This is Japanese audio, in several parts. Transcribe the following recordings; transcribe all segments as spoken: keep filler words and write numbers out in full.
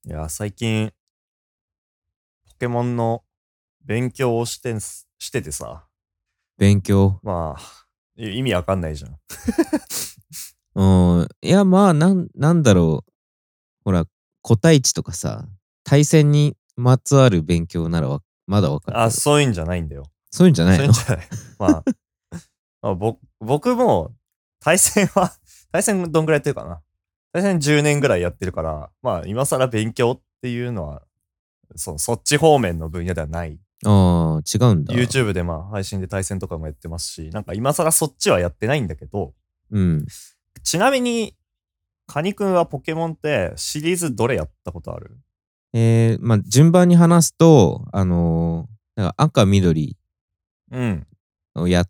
いや、最近、ポケモンの勉強をしてんすしててさ、 勉強。 まあ、い意味わかんないじゃん。 うん。いや、まあ、なん、なんだろう。ほら、個体値とかさ、対戦にまつわる勉強ならわまだわかるあ、 けど。 そういうんじゃないんだよ。 そういうんじゃないの？ そういうんじゃない。まあ、まあ、ぼ僕も、対戦は対戦どんぐらいやってるかな。対戦じゅうねんぐらいやってるから、まあ、今更勉強っていうのは、そそっち方面の分野ではない。 ああ、違うんだ。 YouTube でまあ、配信で対戦とかもやってますし、なんか今更そっちはやってないんだけど、 うん。 ちなみに、カニ君はポケモンってシリーズどれやったことある？ えー、まあ、順番に話すと、あのーなんか赤、緑うん。 をやって、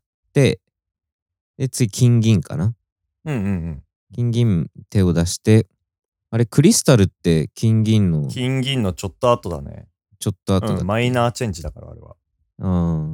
で、次、金銀かな。 うんうんうん。 金銀手を出して、あれ、クリスタルって金銀の金銀のちょっと後だね。 ちょっと後うん、 だっけ？ マイナーチェンジだから、あれは。 うん。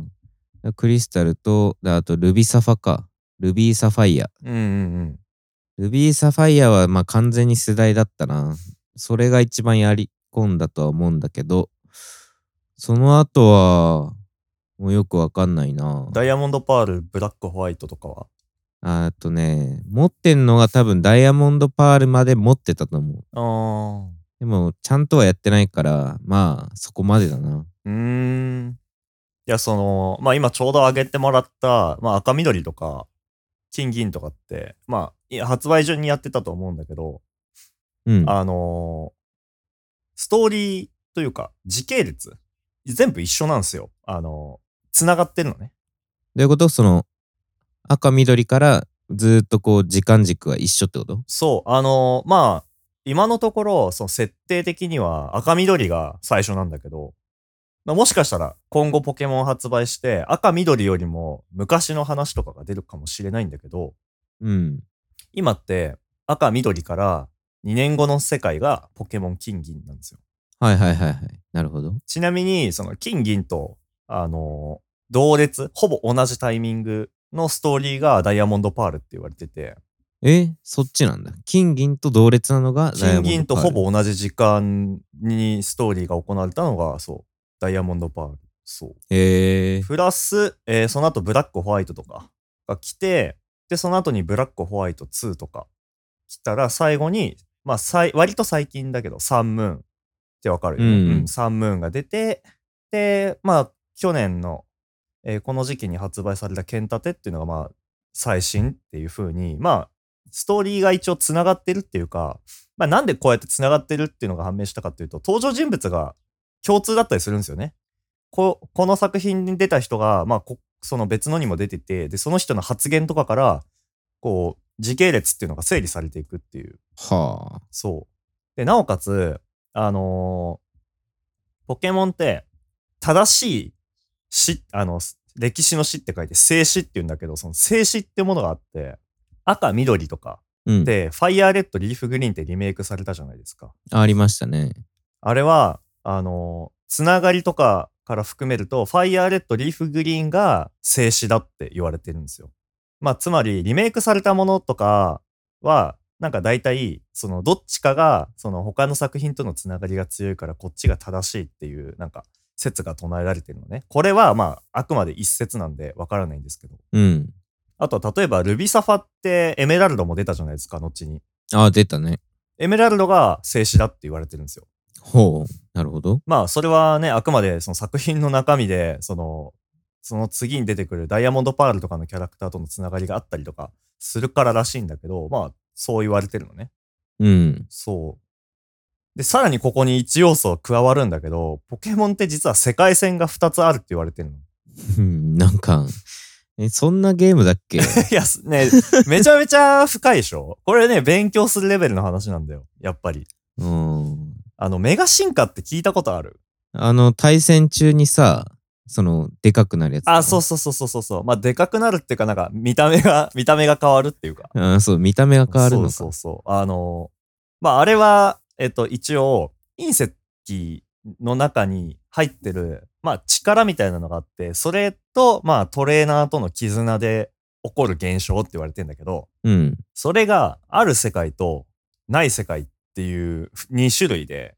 クリスタルと、であとルビサファか。ルビーサファイア。 うんうんルビーサファイアはまあ完全に世代だったな。それが一番やり込んだとは思うんだけど、その後は、もうよくわかんないな。 うん。ダイヤモンドパール、ブラックホワイトとかは？ あとね、持ってんのが多分ダイヤモンドパールまで持ってたと思う。 あー。 でも、ちゃんとはやってないから、まあ、そこまでだな。 うーん。いや、その、まあ今ちょうど上げてもらった、まあ赤緑とか、金銀とかって、まあ、いや発売順にやってたと思うんだけど、 うん。 あのーストーリーというか、時系列、全部一緒なんですよ。あのー、繋がってるのね。 どういうこと？その、赤緑からずーっとこう、時間軸は一緒ってこと？ そう、あのーまあ、今のところ、その設定的には赤緑が最初なんだけど、まあ、もしかしたら今後ポケモン発売して赤緑よりも昔の話とかが出るかもしれないんだけど、 うん。 今って赤緑からにねんごの世界がポケモン金銀なんですよ。 はいはいはいはい。なるほど。 ちなみに、その金銀と、あのー同列、ほぼ同じタイミングのストーリーがダイヤモンドパールって言われてて、 え、そっちなんだ。金銀と同列なのがダイヤモンド金銀とほパール。 ぼ同じ時間にストーリーが行われたのが、そう、ダイヤモンドパール。そう。 へえ。 プラス、えーその後ブラックホワイトとかが来て、で、その後にブラックホワイトツーとか来たら、最後に、まあ、さい割と最近だけど、サンムーンってわかるよね。うん、 うん。 サンムーンが出て、で、まあ、去年の、えーこの時期に発売されたケンタテっていうのが、まあ、最新っていう風に、まあ、ストーリーが一応繋がってるっていうか、まあ、なんでこうやって繋がってるっていうのが判明したかっていうと、登場人物が共通だったりするんですよね。ここの作品に出た人が、まあ、こその別のにも出てて、で、その人の発言とかから、こう、時系列っていうのが整理されていくっていう。 はあ。 そう。で、なおかつ、あのーポケモンって、正しい死、あの、歴史の死って書いて、静止って言うんだけど、その静止ってものがあって、赤、緑とかうん。 で、ファイヤーレッド、リーフグリーンってリメイクされたじゃないですか。 ありましたね。 あれは、あの、つながりとかから含めると、ファイヤーレッド、リーフグリーンが静止だって言われてるんですよ。まあ、つまり、リメイクされたものとかは、なんか大体、その、どっちかが、その、他の作品とのつながりが強いから、こっちが正しいっていう、なんか、説が唱えられてるのね。これは、まあ、あくまで一説なんで、わからないんですけど。 うん。 あとは、例えば、ルビサファって、エメラルドも出たじゃないですか、後に。 ああ、出たね。 エメラルドが静止だって言われてるんですよ。 ほう。なるほど。 まあ、それはね、あくまでその作品の中身で、その、その次に出てくるダイヤモンドパールとかのキャラクターとのつながりがあったりとかするかららしいんだけど、まあ、そう言われてるのね。 うん。 そう。で、さらにここにいち要素加わるんだけど、ポケモンって実は世界線がふたつあるって言われてるの。 うん、なんか、え、そんなゲームだっけ？ いや、すね、めちゃめちゃ深いでしょ？これね、勉強するレベルの話なんだよ。やっぱり。 うん。 あの、メガ進化って聞いたことある？ あの、対戦中にさ、その、でかくなるやつだあ、そろ？ うそうそうそうそうそう。まあ、でかくなるっていうか、なんか、見た目が、見た目が変わるっていうか。 あ、そう、見た目が変わるそうのか。 そうそう。あの、まあ、あれは、えっと、一応、隕石の中に入ってる、まあ、力みたいなのがあって、それと、まあ、トレーナーとの絆で起こる現象って言われてんだけど、 うん。 それがある世界とない世界っていうに種類で、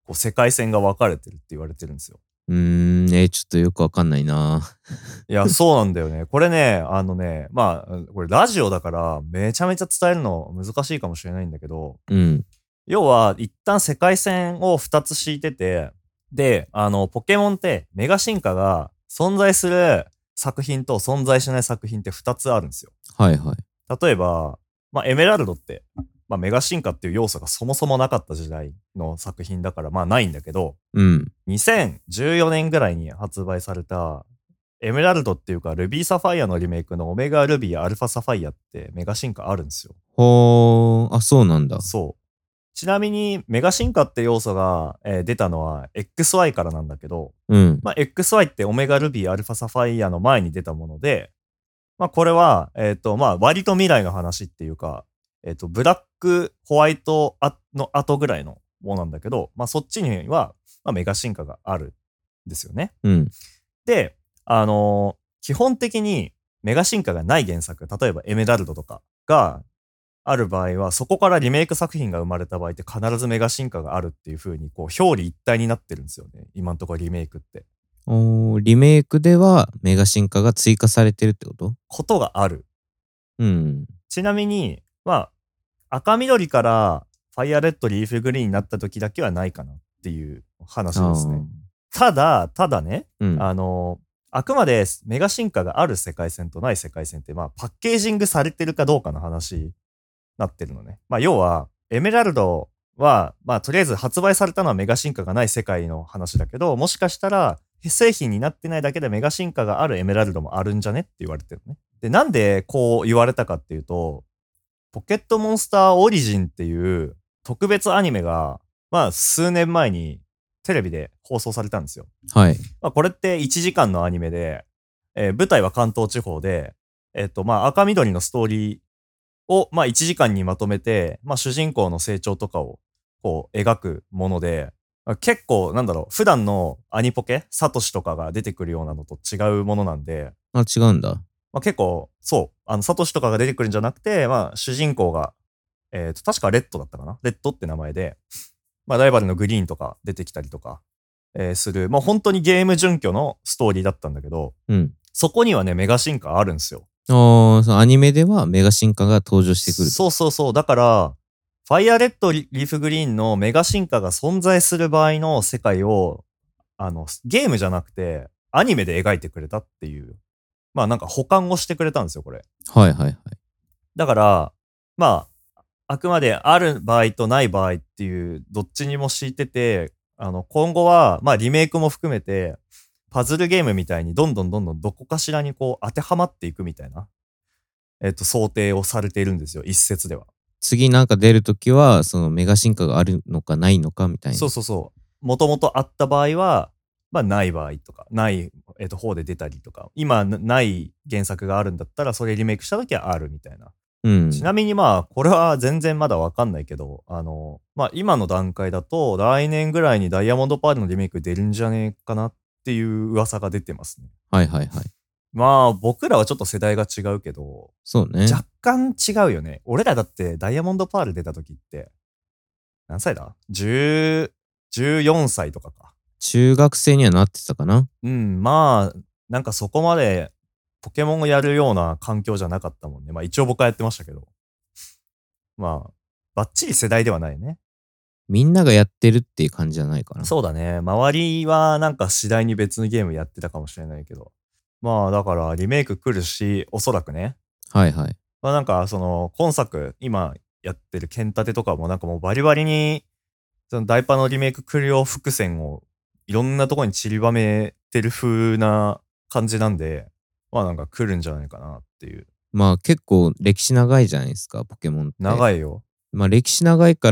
こう世界線が分かれてるって言われてるんですよ。 うーん、えー、ちょっとよくわかんないな。 いや、そうなんだよね。これね、あのね、まあ、これラジオだからめちゃめちゃ伝えるの難しいかもしれないんだけど、 うん。 要は一旦世界線をふたつ敷いてて、で、あの、ポケモンってメガ進化が存在する作品と存在しない作品ってふたつあるんですよ。 はいはい。 例えば、まあ、エメラルドって、まあ、メガ進化っていう要素がそもそもなかった時代の作品だから、まあないんだけど、 うん。 にせんじゅうよねんぐらいに発売された、エメラルドっていうか、ルビーサファイアのリメイクのオメガルビーアルファサファイアってメガ進化あるんですよ。 ほー、あ、そうなんだ。 そう。ちなみに、メガ進化って要素が、えー出たのは エックスワイ からなんだけど、 うん。 まあ、エックスワイ ってオメガルビーアルファサファイアの前に出たもので、まあ、これは、えっ、と、まあ、割と未来の話っていうか、えっ、と、ブラック、ホワイトあの後ぐらいのものなんだけど、まあ、そっちには、まあ、メガ進化があるんですよね。 うん。 で、あのー基本的にメガ進化がない原作、例えばエメラルドとかがある場合は、そこからリメイク作品が生まれた場合って必ずメガ進化があるっていう風に、こう、表裏一体になってるんですよね。今のところリメイクって。 おー、リメイクではメガ進化が追加されてるってこと？ ことがある。 うん。 ちなみに、まあ、赤緑からファイアレッド、リーフグリーンになった時だけはないかなっていう話あですね。 ー。 ただ、ただね、 うん。 あの、あくまでメガ進化がある世界線とない世界線って、まあ、パッケージングされてるかどうかの話になってるのね。まあ、要は、エメラルドは、まあ、とりあえず発売されたのはメガ進化がない世界の話だけど、もしかしたら、製品になってないだけでメガ進化があるエメラルドもあるんじゃねって言われてるのね。で、なんでこう言われたかっていうと、ポケットモンスターオリジンっていう特別アニメが、まあ数年前にテレビで放送されたんですよ。 はい。 まあこれっていちじかんのアニメで、えー舞台は関東地方で、えっとまあ赤緑のストーリーをまあいちじかんにまとめて、まあ主人公の成長とかをこう描くもので、まあ結構なんだろう、普段のアニポケ、サトシとかが出てくるようなのと違うものなんで、 あ、違うんだ。 まあ、結構、そう、あの、サトシとかが出てくるんじゃなくて、まあ、主人公が、えっと、確かレッドだったかなレッドって名前で、まあ、ライバルのグリーンとか出てきたりとか、えーする、まあ、本当にゲーム準拠のストーリーだったんだけど、 うん。 そこにはね、メガ進化あるんですよ。 あー、そのアニメではメガ進化が登場してくると。 そうそうそう。だから、ファイアレッド、リリーフグリーンのメガ進化が存在する場合の世界を、あの、ゲームじゃなくて、アニメで描いてくれたっていう、まあなんか保管をしてくれたんですよ、これ。 はいはいはい。 だから、まあ、あくまである場合とない場合っていう、どっちにも敷いてて、あの、今後は、まあ、リメイクも含めて、パズルゲームみたいにどんどんどんどんどこかしらにこう当てはまっていくみたいな、えっと、想定をされているんですよ、一説では。 次なんか出るときは、そのメガ進化があるのかないのかみたいな。 そうそうそう。もともとあった場合は、まあ、ない場合とか、ない、えっと、方で出たりとか、今なない原作があるんだったら、それリメイクした時はあるみたいな。 うん。 ちなみにまあ、これは全然まだわかんないけど、あの、まあ今の段階だと、来年ぐらいにダイヤモンドパールのリメイク出るんじゃねえかなっていう噂が出てますね。 はいはいはい。 まあ僕らはちょっと世代が違うけど、 そうね。 若干違うよね。俺らだってダイヤモンドパール出た時って、何歳だ ?じゅう、じゅうよんさいとかか。 中学生にはなってたかな。 うん、まあ、なんかそこまでポケモンをやるような環境じゃなかったもんね。まあ一応僕はやってましたけど。まあ、バッチリ世代ではないね。 みんながやってるっていう感じじゃないかな。 そうだね。周りはなんか次第に別のゲームやってたかもしれないけど。まあだからリメイク来るし、おそらくね。 はいはい。 まあなんかその今作、今やってる剣立てとかもなんかもうバリバリに、そのダイパのリメイク来るよ伏線をいろんなところに散りばめてる風な感じなんで、まあなんか来るんじゃないかなっていう。 まあ結構歴史長いじゃないですか、ポケモンって。 長いよ。 まあ歴史長いから、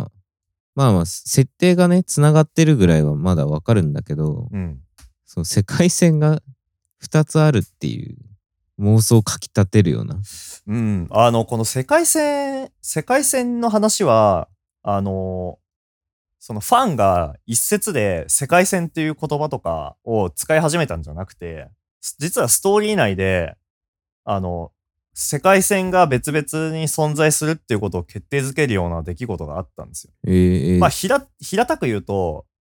まあまあ設定がね、繋がってるぐらいはまだわかるんだけど、 うん。 その世界線がふたつあるっていう妄想をかき立てるような。 うん。あの、この世界線、世界線の話は、あの、そのファンが一説で世界線っていう言葉とかを使い始めたんじゃなくて、実はストーリー内で、あの、世界線が別々に存在するっていうことを決定づけるような出来事があったんですよ。 えー、えーまあ、平、平たく言うと、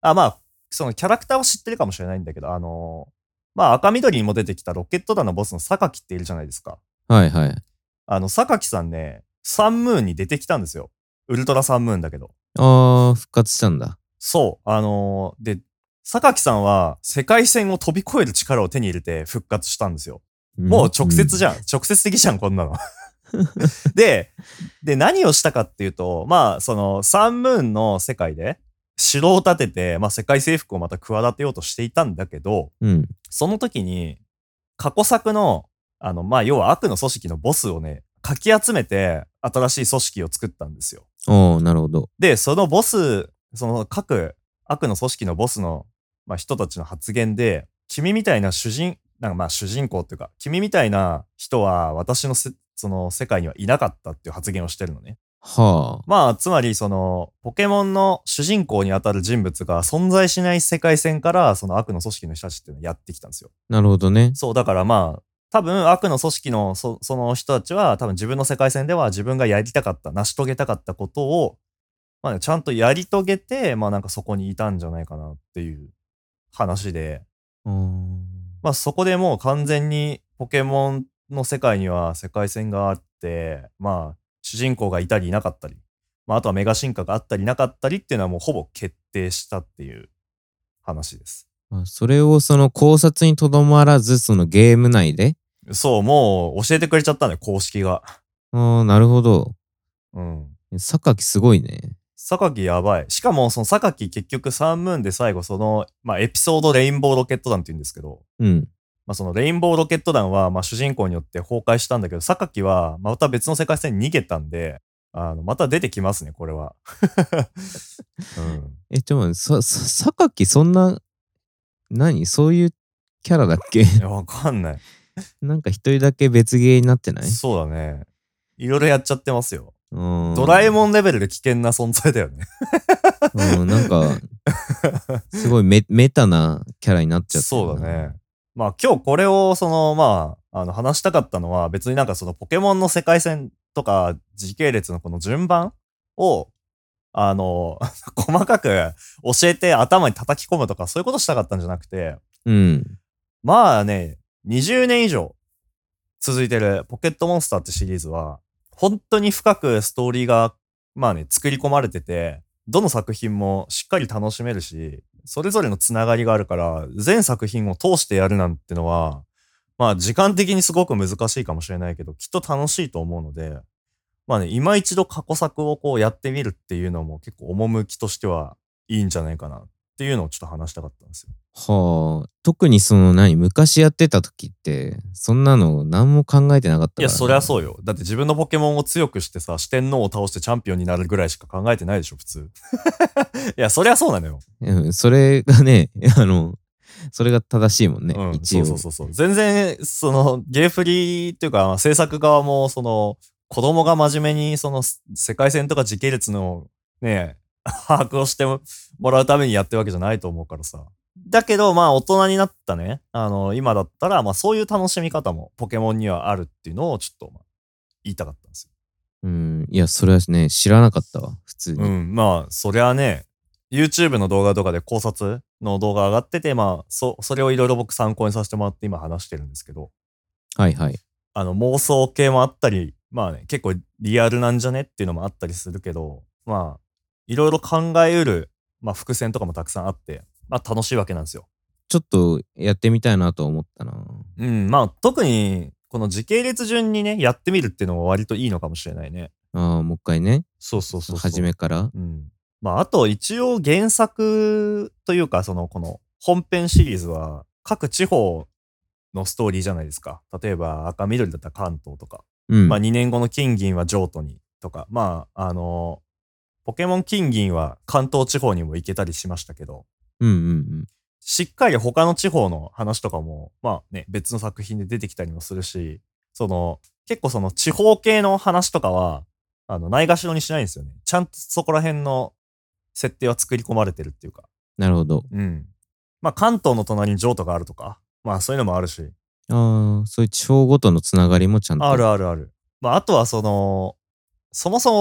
あ、まあ、そのキャラクターを知ってるかもしれないんだけど、あのー、まあ赤緑にも出てきたロケット団のボスの榊っているじゃないですか。 はいはい。 あの、榊さんね、サンムーンに出てきたんですよ。ウルトラサンムーンだけど。 あー、復活したんだ。 そう。あのー、で、榊さんは世界線を飛び越える力を手に入れて復活したんですよ。もう直接じゃん。うん、直接的じゃん、こんなの。で、で、何をしたかっていうと、まあ、その、サンムーンの世界で、城を建てて、まあ、世界征服をまた企てようとしていたんだけど、 うん、 その時に、過去作の、あの、まあ、要は悪の組織のボスをね、かき集めて、新しい組織を作ったんですよ。 おー、なるほど。 で、そのボス、その各悪の組織のボスの、まあ、人たちの発言で、君みたいな主人、なんかまあ主人公っていうか、君みたいな人は私のせその世界にはいなかったっていう発言をしてるのね。 はあ。 まあ、つまりその、ポケモンの主人公にあたる人物が存在しない世界線から、その悪の組織の人たちっていうのをやってきたんですよ。 なるほどね。 そう、だからまあ、多分悪の組織のそその人たちは、多分自分の世界線では自分がやりたかった、成し遂げたかったことを、まあね、ちゃんとやり遂げて、まあなんかそこにいたんじゃないかなっていう話で、 うーん。 まあそこでもう完全にポケモンの世界には世界線があって、まあ主人公がいたりいなかったり、まああとはメガ進化があったりなかったりっていうのはもうほぼ決定したっていう話です。 まあそれをその考察にとどまらず、そのゲーム内で。 そう、もう教えてくれちゃったね、公式が。 ああ、なるほど。 うん。 榊すごいね。 榊やばい。しかもその榊結局サンムーンで最後その、まあエピソードレインボーロケット団って言うんですけど、 うん。 まあそのレインボーロケット団はまあ主人公によって崩壊したんだけど、榊はまた別の世界線に逃げたんで、あの、また出てきますね、これは。うん。 え、ちょっと待って、さ、さ、榊そんな、何そういうキャラだっけ？ いや、わかんない。 なんか一人だけ別ゲーになってない？ そうだね。いろいろやっちゃってますよ。 うーん。 ドラえもんレベルで危険な存在だよね。 うん、なんか、すごいメメタなキャラになっちゃってそうるな。 だね。まあ今日これをそのまあ、あの話したかったのは別になんかそのポケモンの世界線とか時系列のこの順番をあの細かく教えて頭に叩き込むとかそういうことしたかったんじゃなくて、 うん。 まあね、にじゅうねん以上続いてるポケットモンスターってシリーズは本当に深くストーリーがまあね作り込まれてて、どの作品もしっかり楽しめるし、それぞれのつながりがあるから全作品を通してやるなんてのはまあ時間的にすごく難しいかもしれないけどきっと楽しいと思うので、まあね今一度過去作をこうやってみるっていうのも結構趣としてはいいんじゃないかなっていうのをちょっと話したかったんですよ。 はあ。特にその何、昔やってた時って、そんなの何も考えてなかっいや、 たからな。 そりゃそうよ。だって自分のポケモンを強くしてさ、四天王を倒してチャンピオンになるぐらいしか考えてないでしょ、普通。いや、そりゃそうなのよ。 うん、それがね、あの、それが正しいもんね、 うん、 一応。 そうそうそうそう。全然、その、ゲーフリーっていうか、制作側も、その、子供が真面目に、その、世界線とか時系列の、ね、把握をしてもらうためにやってるわけじゃないと思うからさ。だけど、まあ、大人になったね、あの、今だったら、まあ、そういう楽しみ方もポケモンにはあるっていうのを、ちょっと、まあ、言いたかったんですよ。 うん、いや、それはね、知らなかったわ、普通に。 うん、まあ、そりゃね、YouTube の動画とかで考察の動画上がってて、まあ、そ、それをいろいろ僕参考にさせてもらって今話してるんですけど、 はいはい。 あの、妄想系もあったり、まあね、結構リアルなんじゃねっていうのもあったりするけど、まあ、いろいろ考えうる、まあ、伏線とかもたくさんあって、まあ、楽しいわけなんですよ。 ちょっとやってみたいなと思ったな。 うん、まあ、特に、この時系列順にね、やってみるっていうのも割といいのかもしれないね。 ああ、もう一回ね。 そうそうそうそう。 初めから。 うん。まあ、あと一応原作というか、その、この本編シリーズは各地方のストーリーじゃないですか。例えば赤緑だったら関東とか。 うん。 まあにねんごの金銀は譲渡にとか。まあ、あのポケモン金銀は関東地方にも行けたりしましたけど、 うんうんうん。 しっかり他の地方の話とかも、まあね、別の作品で出てきたりもするし、その、結構その地方系の話とかは、あの、ないがしろにしないんですよね。ちゃんとそこら辺の設定は作り込まれてるっていうか。 なるほど。 うん。まあ関東の隣に譲渡があるとか、まあそういうのもあるし。 ああ、そういう地方ごとのつながりもちゃんと。 あるあるある。まああとはその、そもそも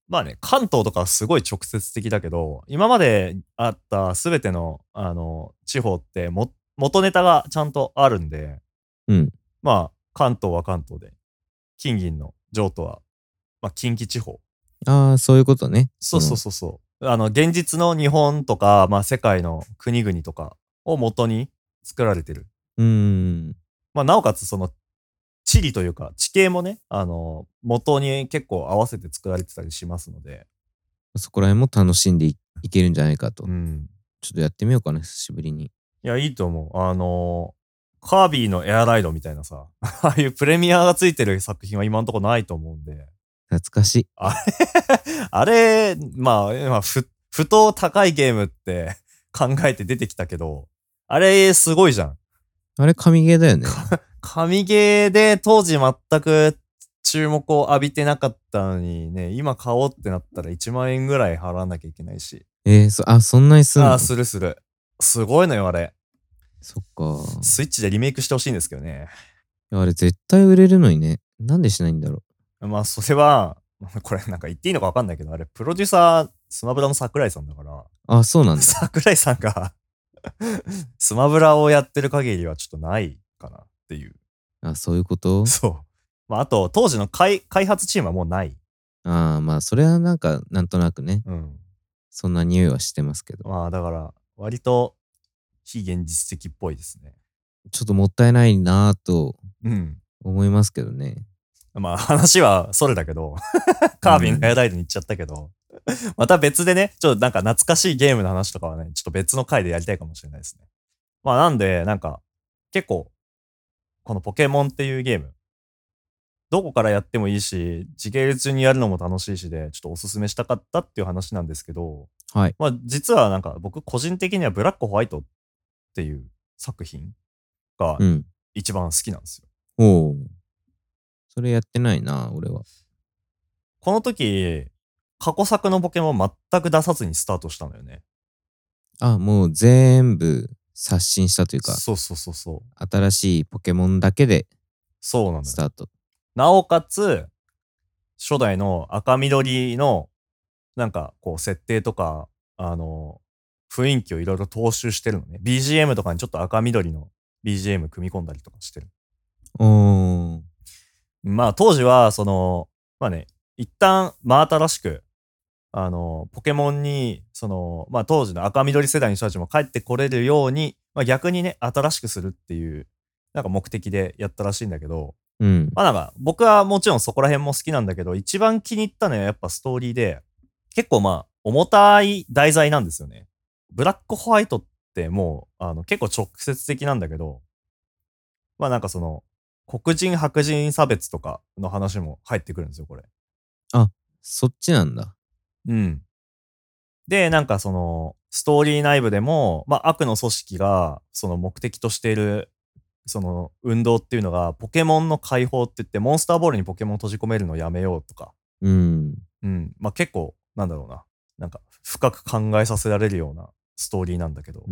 まあね、関東とかはすごい直接的だけど、今まであったすべての、あの、地方っても、元ネタがちゃんとあるんで、 うん。 まあ、関東は関東で、金銀の譲渡は、まあ、近畿地方。 ああ、そういうことね。 そうそうそうそう。あの、現実の日本とか、まあ、世界の国々とかを元に作られてる。 うーん。 まあ、なおかつ、その、地理というか、地形もね、あの、元に結構合わせて作られてたりしますので。 そこら辺も楽しんでい、いけるんじゃないかと。 うん。 ちょっとやってみようかな、久しぶりに。 いや、いいと思う。あのー、カービィのエアライドみたいなさ、ああいうプレミアがついてる作品は今んとこないと思うんで。 懐かしい。 あれ、あれ、まあ、まあ、ふ、ふと高いゲームって考えて出てきたけど、あれすごいじゃん。 あれ、神ゲーだよね。 神ゲーで当時全く注目を浴びてなかったのにね、今買おうってなったらいちまんえんぐらい払わなきゃいけないし。 えー、そ、あ、そんなにすんの？ ああ、するする。すごいのよ、あれ。 そっか。 スイッチでリメイクしてほしいんですけどね。 いやあれ絶対売れるのにね。なんでしないんだろまあ、それは、これなんか言っていいのかわかんないけど、あれ、プロデューサー、スマブラの桜井さんだから、 う。あ、そうなんだ。 桜井さんがスマブラをやってる限りはちょっとないかなっていう。 あ、そういうこと？ そう。まあ、あと、当時の開開発チームはもうない。 ああ、まあ、それはなんか、なんとなくね。 うん。 そんな匂いはしてますけど。 まあ、だから、割と非現実的っぽいですね。 ちょっともったいないなぁとうん。 思いますけどね。 まあ、話はそれだけど、カービィのエアライドに行っちゃったけど、また別でね、ちょっとなんか懐かしいゲームの話とかはね、ちょっと別の回でやりたいかもしれないですね。まあなんで、なんか、結構、このポケモンっていうゲーム、どこからやってもいいし、時系列にやるのも楽しいしで、ちょっとおすすめしたかったっていう話なんですけど、 はい。 まあ実はなんか僕個人的にはブラックホワイトっていう作品がうん。 一番好きなんですよ。 おお。それやってないな、俺は。 この時、過去作のポケモン全く出さずにスタートしたのよね。 あ、もう全部刷新したというか、 そうそうそうそう。 新しいポケモンだけでそうなのよ。 スタート。 なおかつ、初代の赤緑の、なんかこう設定とか、あの、雰囲気をいろいろ踏襲してるのね。ビージーエム とかにちょっと赤緑の ビージーエム 組み込んだりとかしてる。 おー。 まあ当時は、その、まあね、一旦真新しく、あの、ポケモンに、その、まあ当時の赤緑世代の人たちも帰ってこれるように、まあ逆にね、新しくするっていう、なんか目的でやったらしいんだけど、 うん。 まあなんか、僕はもちろんそこら辺も好きなんだけど、一番気に入ったのはやっぱストーリーで、結構まあ、重たい題材なんですよね。ブラックホワイトってもう、あの、結構直接的なんだけど、まあなんかその、黒人白人差別とかの話も入ってくるんですよ、これ。 あ、そっちなんだ。 うん。で、なんかその、ストーリー内部でも、まあ悪の組織が、その目的としている、その運動っていうのが、ポケモンの解放って言って、モンスターボールにポケモン閉じ込めるのやめようとか、 うん。 うん。まあ結構、なんだろうな。なんか、深く考えさせられるようなストーリーなんだけど。 うん。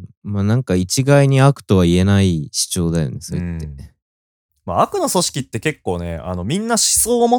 まあなんか一概に悪とは言えない主張だよね、それって。 うん。まあ悪の組織って結構ね、あの、みんな思想を持って、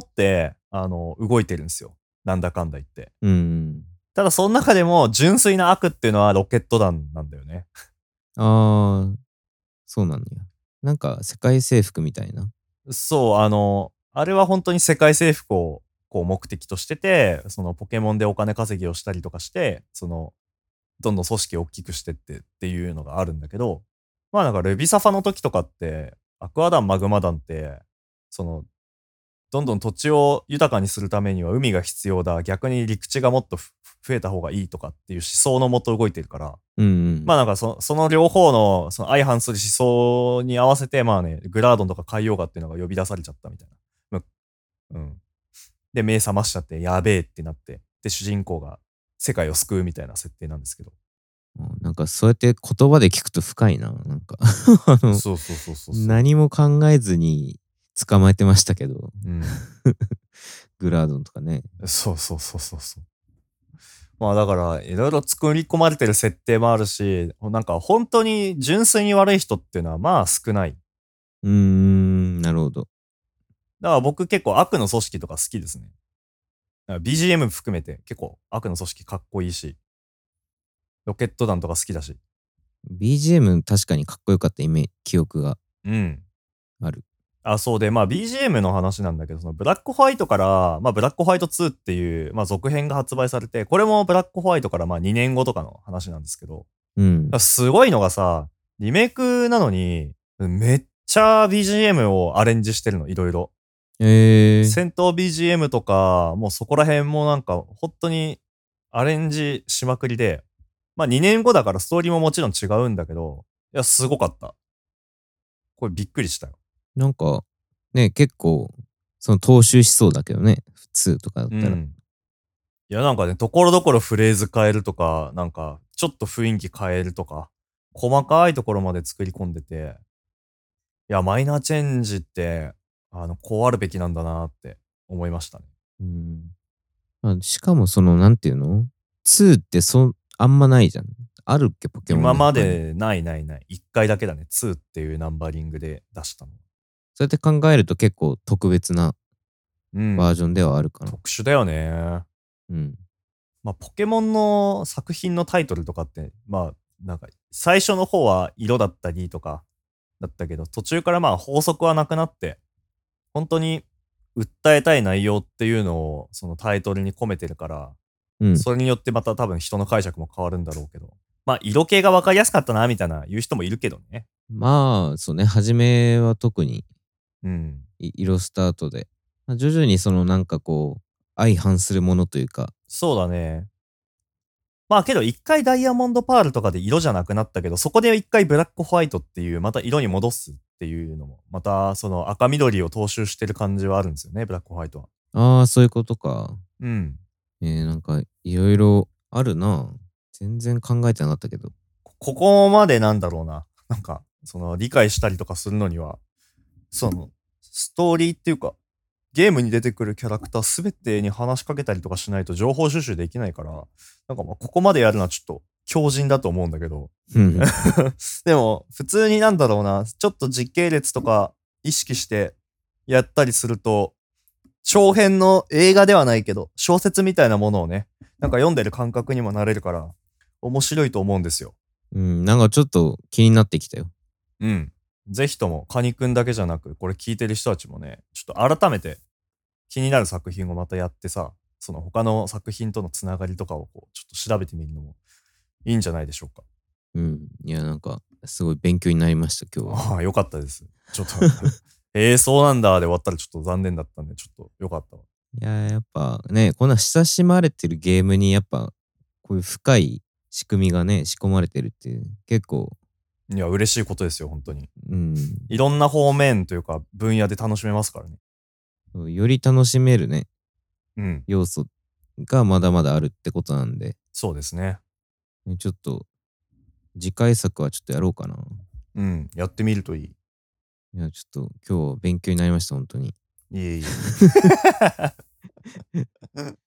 あの、動いてるんですよ。なんだかんだ言って。 うん。 ただその中でも、純粋な悪っていうのはロケット弾なんだよね。 ああ、そうなんや。なんか世界征服みたいな。 そう、あの、あれは本当に世界征服をこう目的としてて、そのポケモンでお金稼ぎをしたりとかして、その、どんどん組織を大きくしてってっていうのがあるんだけど、まあなんかルビサファの時とかって、アクアダン、マグマダンって、その、どんどん土地を豊かにするためには海が必要だ。逆に陸地がもっとふ増えた方がいいとかっていう思想のもと動いてるから、 うんうん。 まあなんかそその両方のその相反する思想に合わせて、まあね、グラードンとか海洋画っていうのが呼び出されちゃったみたいな。むうん。で、目覚ましちゃって、やべえってなって、で、主人公が世界を救うみたいな設定なんですけど。 うんなんかそうやって言葉で聞くと深いな。なんかあの、 そうそうそうそうそう。 何も考えずに捕まえてましたけど。 うん。 グラードンとかね。 そうそうそうそうそう。まあだから、いろいろ作り込まれてる設定もあるし、なんか本当に純粋に悪い人っていうのはまあ少ない。 うーん、なるほど。 だから僕結構悪の組織とか好きですね。 ビージーエム 含めて結構悪の組織かっこいいし、ロケット弾とか好きだし。 ビージーエム 確かにかっこよかったイメージ、記憶がうん。 ある。 あ、そうで、まあ ビージーエム の話なんだけど、そのブラックホワイトから、まあブラックホワイトツーっていう、まあ続編が発売されて、これもブラックホワイトからまあにねんごとかの話なんですけど、 うん。 すごいのがさ、リメイクなのに、めっちゃ ビージーエム をアレンジしてるの、いろいろ。 えー、 戦闘 ビージーエム とか、もうそこら辺もなんか、本当にアレンジしまくりで、まあにねんごだからストーリーももちろん違うんだけど、いや、すごかった。これびっくりしたよ。 なんか、ね、結構、その踏襲しそうだけどね、普通とかだったら。 うん。いや、なんかね、ところどころフレーズ変えるとか、なんか、ちょっと雰囲気変えるとか、細かいところまで作り込んでて、いや、マイナーチェンジって、あの、こうあるべきなんだなって思いましたね。 うん。あ、しかもその、なんていうの ?ツー ってそん、あんまないじゃん。あるっけ、ポケモン今まの他に。 でないないない。いっかいだけだね。ツーっていうナンバリングで出したの。 そうやって考えると結構特別なうん。 バージョンではあるかな。 特殊だよね。 うん。 まあ、ポケモンの作品のタイトルとかって、まあ、なんか、最初の方は色だったりとかだったけど、途中からまあ法則はなくなって、本当に訴えたい内容っていうのをそのタイトルに込めてるから、 うん。 それによってまた多分人の解釈も変わるんだろうけど、まあ色系が分かりやすかったなみたいな言う人もいるけどね。 まあ、そうね、初めは特にうん。 い色スタートで、まあ徐々にそのなんかこう、相反するものというか、 そうだね。まあけど一回ダイヤモンドパールとかで色じゃなくなったけど、そこで一回ブラックホワイトっていうまた色に戻すっていうのも、またその赤緑を踏襲してる感じはあるんですよね、ブラックホワイトは。 ああ、そういうことか。 うん。 えー、なんかいろいろあるな。全然考えてなかったけど。 ここまでなんだろうな。なんか、その理解したりとかするのには、その、ストーリーっていうか、ゲームに出てくるキャラクターすべてに話しかけたりとかしないと情報収集できないから、なんかまあここまでやるのはちょっと強靭だと思うんだけど。 うんでも、普通になんだろうな、ちょっと時系列とか意識してやったりすると、長編の映画ではないけど、小説みたいなものをね、なんか読んでる感覚にもなれるから、面白いと思うんですよ。 うん、なんかちょっと気になってきたよ。 うん。ぜひとも、カニくんだけじゃなく、これ聞いてる人たちもね、ちょっと改めて気になる作品をまたやってさ、その他の作品とのつながりとかをこうちょっと調べてみるのもいいんじゃないでしょうか。 うん。いや、なんか、すごい勉強になりました、今日は。 ああ、よかったです。ちょっとええー、そうなんだで終わったらちょっと残念だったんで、ちょっとよかったわ。 いや、やっぱね、こんな親しまれてるゲームにやっぱ、こういう深い仕組みがね、仕込まれてるっていう、結構、 いや、嬉しいことですよ、本当に。 うん、 いろんな方面というか、分野で楽しめますからね。 より楽しめるね、 うん。 要素がまだまだあるってことなんで、 そうですね。 ちょっと、次回作はちょっとやろうかな。 うん。やってみるといい。 いや、ちょっと今日勉強になりました、本当に。 いえいえ。